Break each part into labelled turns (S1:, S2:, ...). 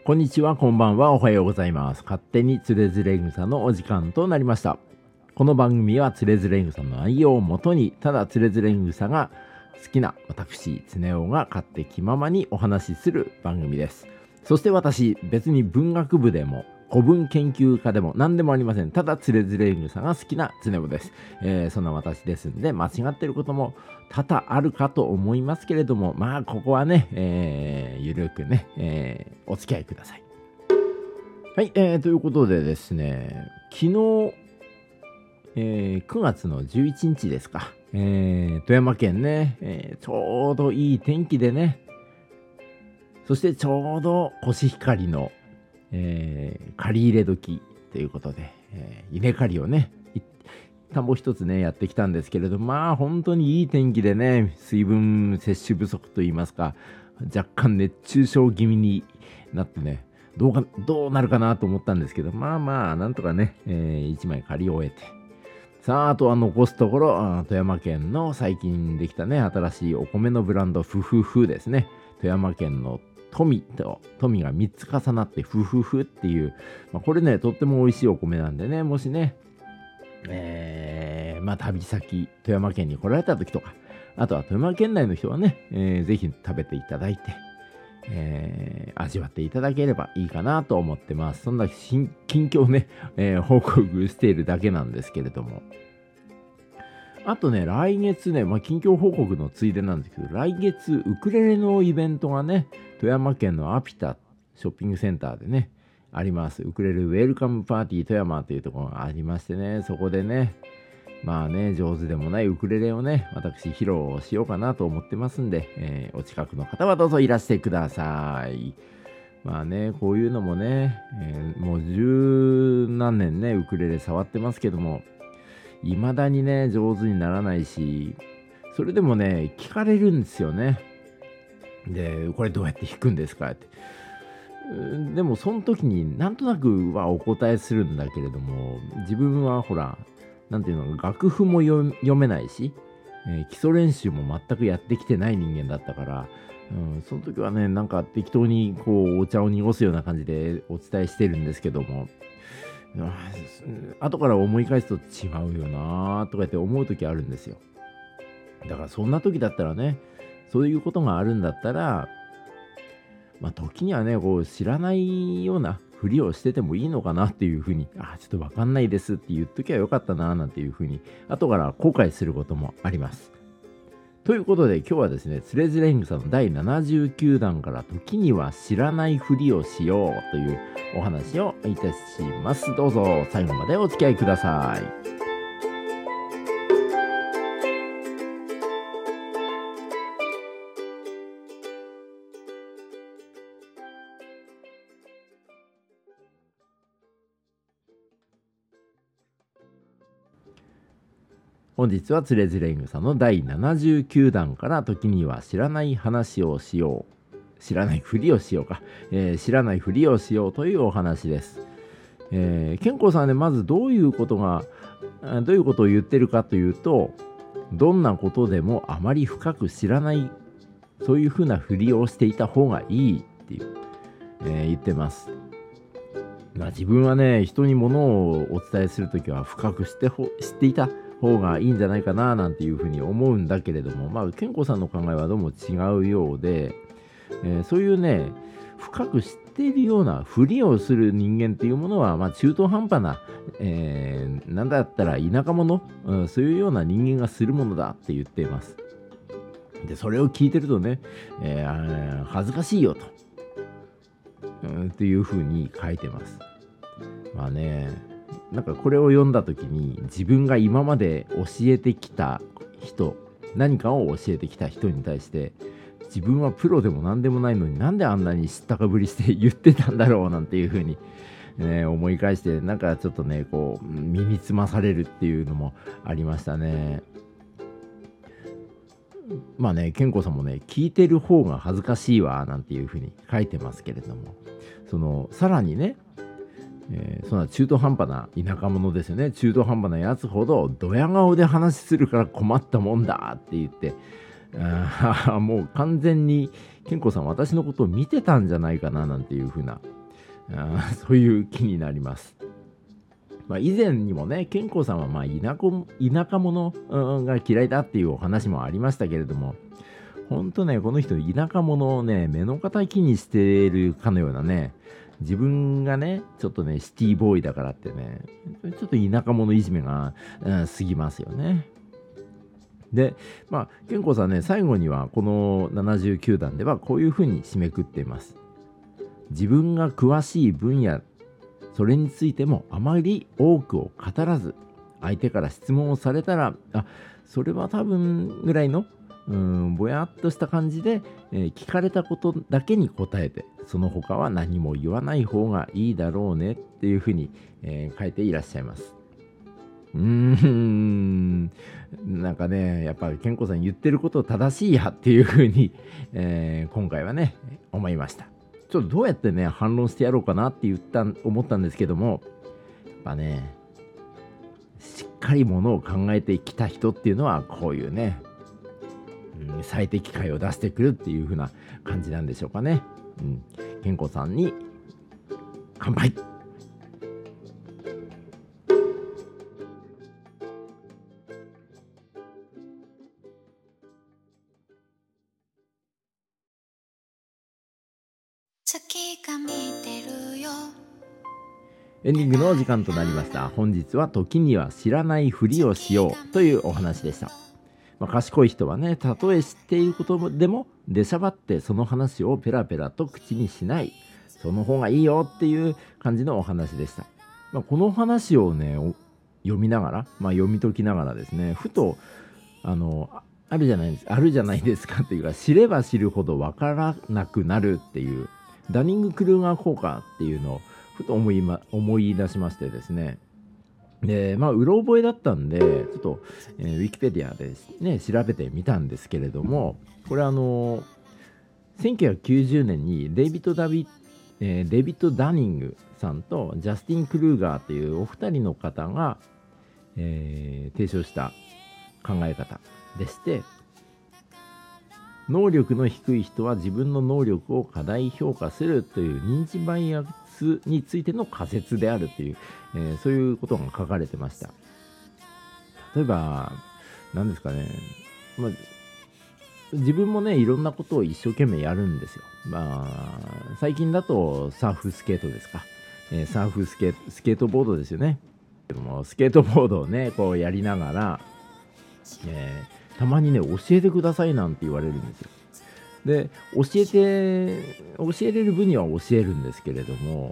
S1: こんにちは、こんばんは、おはようございます。勝手につれづれ草のお時間となりました。この番組はつれづれ草の内容をもとに、ただつれづれ草が好きな私、つねおが勝手気ままにお話しする番組です。そして私、別に文学部でも古文研究家でも何でもありません。ただつれづれ草が好きなつねおです。そんな私ですんで、間違っていることも多々あるかと思いますけれども、まあここはね、ゆるくね、お付き合いください。はい、ということでですね、昨日、9月の11日ですか、富山県ね、ちょうどいい天気でね、そしてちょうどコシヒカリの、刈り入れ時ということで、稲刈りをね、田んぼ一つね、やってきたんですけれど、まあ本当にいい天気でね、水分摂取不足といいますか、若干熱中症気味になってね、どうなるかなと思ったんですけど、まあまあ、なんとかね、1枚刈り終えて、さあ、あとは残すところ、富山県の最近できたね、新しいお米のブランド、ふふふですね。富山県の富が3つ重なってふふふっていう、これね、とっても美味しいお米なんでね、もしね、旅先、富山県に来られた時とか、あとは富山県内の人はね、ぜひ食べていただいて、味わっていただければいいかなと思ってます。そんな近況をね、報告しているだけなんですけれども。あとね、来月ね、近況報告のついでなんですけど、来月ウクレレのイベントがね、富山県のアピタショッピングセンターでね、あります。ウクレレウェルカムパーティー富山というところがありましてね、そこでね、まあね、上手でもないウクレレをね、私披露しようかなと思ってますんで、お近くの方はどうぞいらしてください。まあね、こういうのもね、もう十何年ね、ウクレレ触ってますけども、未だにね、上手にならないし、それでもね、聞かれるんですよね。で、これどうやって弾くんですかって。でもその時になんとなくはお答えするんだけれども、自分はほら、なんていうの、楽譜も読めないし、基礎練習も全くやってきてない人間だったから、その時はね、なんか適当にこうお茶を濁すような感じでお伝えしてるんですけども、後から思い返すと違うよなとかって思う時あるんですよ。だからそんな時だったらね、そういうことがあるんだったら、時にはね、こう知らないようなふりをしててもいいのかなっていうふうに、ちょっとわかんないですって言っときゃよかったななんていうふうに、後から後悔することもあります。ということで今日はですね、つれづれ草の第79弾から時には知らないふりをしようというお話をいたします。どうぞ最後までお付き合いください。本日はつれづれ草の第79弾から時には知らない話をしよう。知らないふりをしようか。知らないふりをしようというお話です。健康さんね、まずどういうことを言ってるかというと、どんなことでもあまり深く知らない、そういうふうなふりをしていた方がいいっていう、言ってます。自分はね、人に物をお伝えするときは深く知っていた方がいいんじゃないかななんていうふうに思うんだけれども、健康さんの考えはどうも違うようで、そういうね、深く知っているようなふりをする人間っていうものは、中途半端な、なんだったら田舎者、そういうような人間がするものだって言っています。で、それを聞いてるとね、恥ずかしいよと、っていうふうに書いてます。なんかこれを読んだ時に自分が今まで教えてきた人、何かを教えてきた人に対して自分はプロでも何でもないのになんであんなに知ったかぶりして言ってたんだろうなんていう風に、思い返してなんかちょっとねこう身につまされるっていうのもありましたね。健吾さんもね聞いてる方が恥ずかしいわなんていう風に書いてますけれども、さらにね、そんな中途半端な田舎者ですよね。中途半端なやつほどドヤ顔で話するから困ったもんだって言って、もう完全に健吾さん私のことを見てたんじゃないかななんていう風なそういう気になります。以前にもね、健康さんは田舎者が嫌いだっていうお話もありましたけれども、ほんとね、この人田舎者をね、目の敵にしているかのようなね、自分がね、ちょっとね、シティボーイだからってね、ちょっと田舎者いじめが、過ぎますよね。で、健康さんね、最後にはこの79段ではこういうふうに締めくっています。自分が詳しい分野、それについてもあまり多くを語らず、相手から質問をされたら、それは多分ぐらいの、ぼやっとした感じで、聞かれたことだけに答えて、その他は何も言わない方がいいだろうねっていうふうに、書いていらっしゃいます。なんかね、やっぱり健康さん言ってること正しいやっていうふうに、今回はね、思いました。ちょっとどうやってね、反論してやろうかなって思ったんですけども、やっぱね、しっかりものを考えてきた人っていうのは、こういうね、最適解を出してくるっていう風な感じなんでしょうかね。健康さんに乾杯。
S2: 月が見てるよ。
S1: エンディングのお時間となりました。本日は時には知らないふりをしようというお話でした。賢い人はね、たとえ知っていることでも出しゃばってその話をペラペラと口にしない、その方がいいよっていう感じのお話でした。この話をね、読みながら、読み解きながらですね、ふとあるじゃないですかっていうか、知れば知るほどわからなくなるっていうダニング・クルーガー効果っていうのをふと思い出しましてですね。で、うろ覚えだったんで、ちょっと、ウィキペディアでね、調べてみたんですけれども、これ1990年にデイビッド・ダニングさんとジャスティン・クルーガーというお二人の方が、提唱した考え方でして、能力の低い人は自分の能力を過大評価するという認知バイアスについての仮説であるという、そういうことが書かれてました。例えば何ですかね、自分もねいろんなことを一生懸命やるんですよ。最近だとサーフスケートですか、サーフスケートボードですよね。でもスケートボードをねこうやりながら、たまにね教えてくださいなんて言われるんですよ。で教えれる分には教えるんですけれども、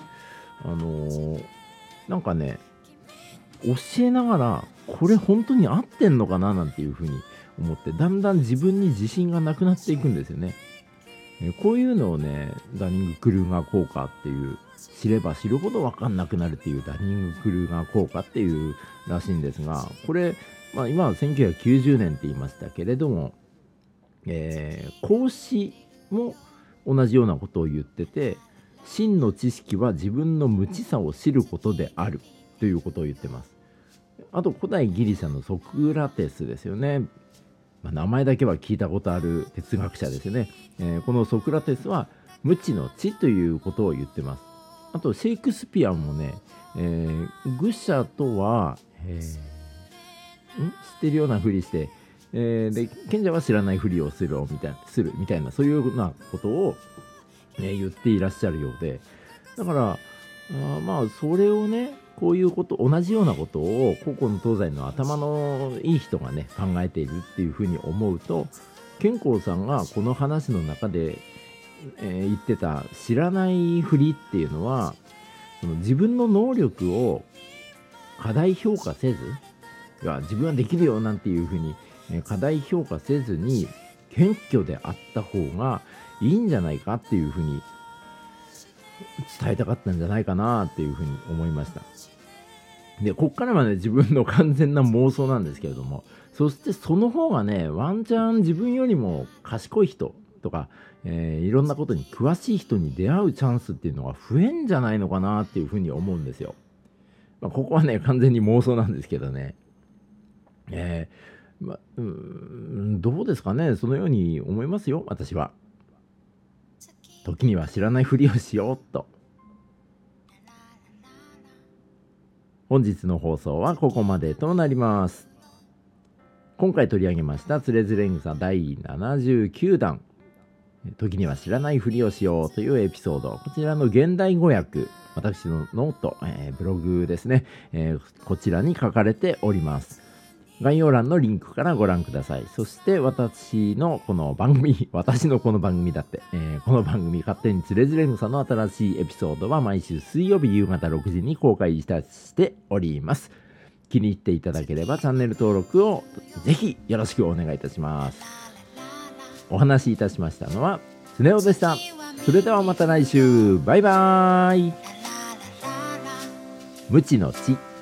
S1: なんかね教えながらこれ本当に合ってんのかななんていうふうに思って、だんだん自分に自信がなくなっていくんですよね。こういうのをねダニング・クルーガー効果っていう、知れば知るほど分かんなくなるっていうダニング・クルーガー効果っていうらしいんですが、これ、今は1990年って言いましたけれども、孔子も同じようなことを言ってて、真の知識は自分の無知さを知ることであるということを言ってます。あと古代ギリシャのソクラテスですよね。名前だけは聞いたことある哲学者ですよね。このソクラテスは無知の知ということを言ってます。あとシェイクスピアもね、愚者とは、知ってるようなふりして、で賢者は知らないふりをするみたいな、そういうようなことを、言っていらっしゃるようで、だからそれをねこういうこと同じようなことを古今東西の頭のいい人がね考えているっていうふうに思うと、健康さんがこの話の中で、言ってた知らないふりっていうのは、その自分の能力を過大評価せず、自分はできるよなんていうふうに、過大評価せずに謙虚であった方がいいんじゃないかっていうふうに伝えたかったんじゃないかなっていうふうに思いました。で、こっからはね自分の完全な妄想なんですけれども、そしてその方がねワンチャン自分よりも賢い人とか、いろんなことに詳しい人に出会うチャンスっていうのが増えんじゃないのかなっていうふうに思うんですよ。ここはね完全に妄想なんですけどね。どうですかね、そのように思いますよ、私は。時には知らないふりをしようと。 本日の放送はここまでとなります。今回取り上げましたつれづれ草第79弾、時には知らないふりをしようというエピソード、こちらの現代語訳、私のノート、ブログですね、こちらに書かれております。概要欄のリンクからご覧ください。そして私のこの番組だって、この番組勝手につれづれ草の新しいエピソードは毎週水曜日夕方6時に公開しております。気に入っていただければチャンネル登録をぜひよろしくお願いいたします。お話しいたしましたのはスネ夫でした。それではまた来週、バイバーイ。無知の知。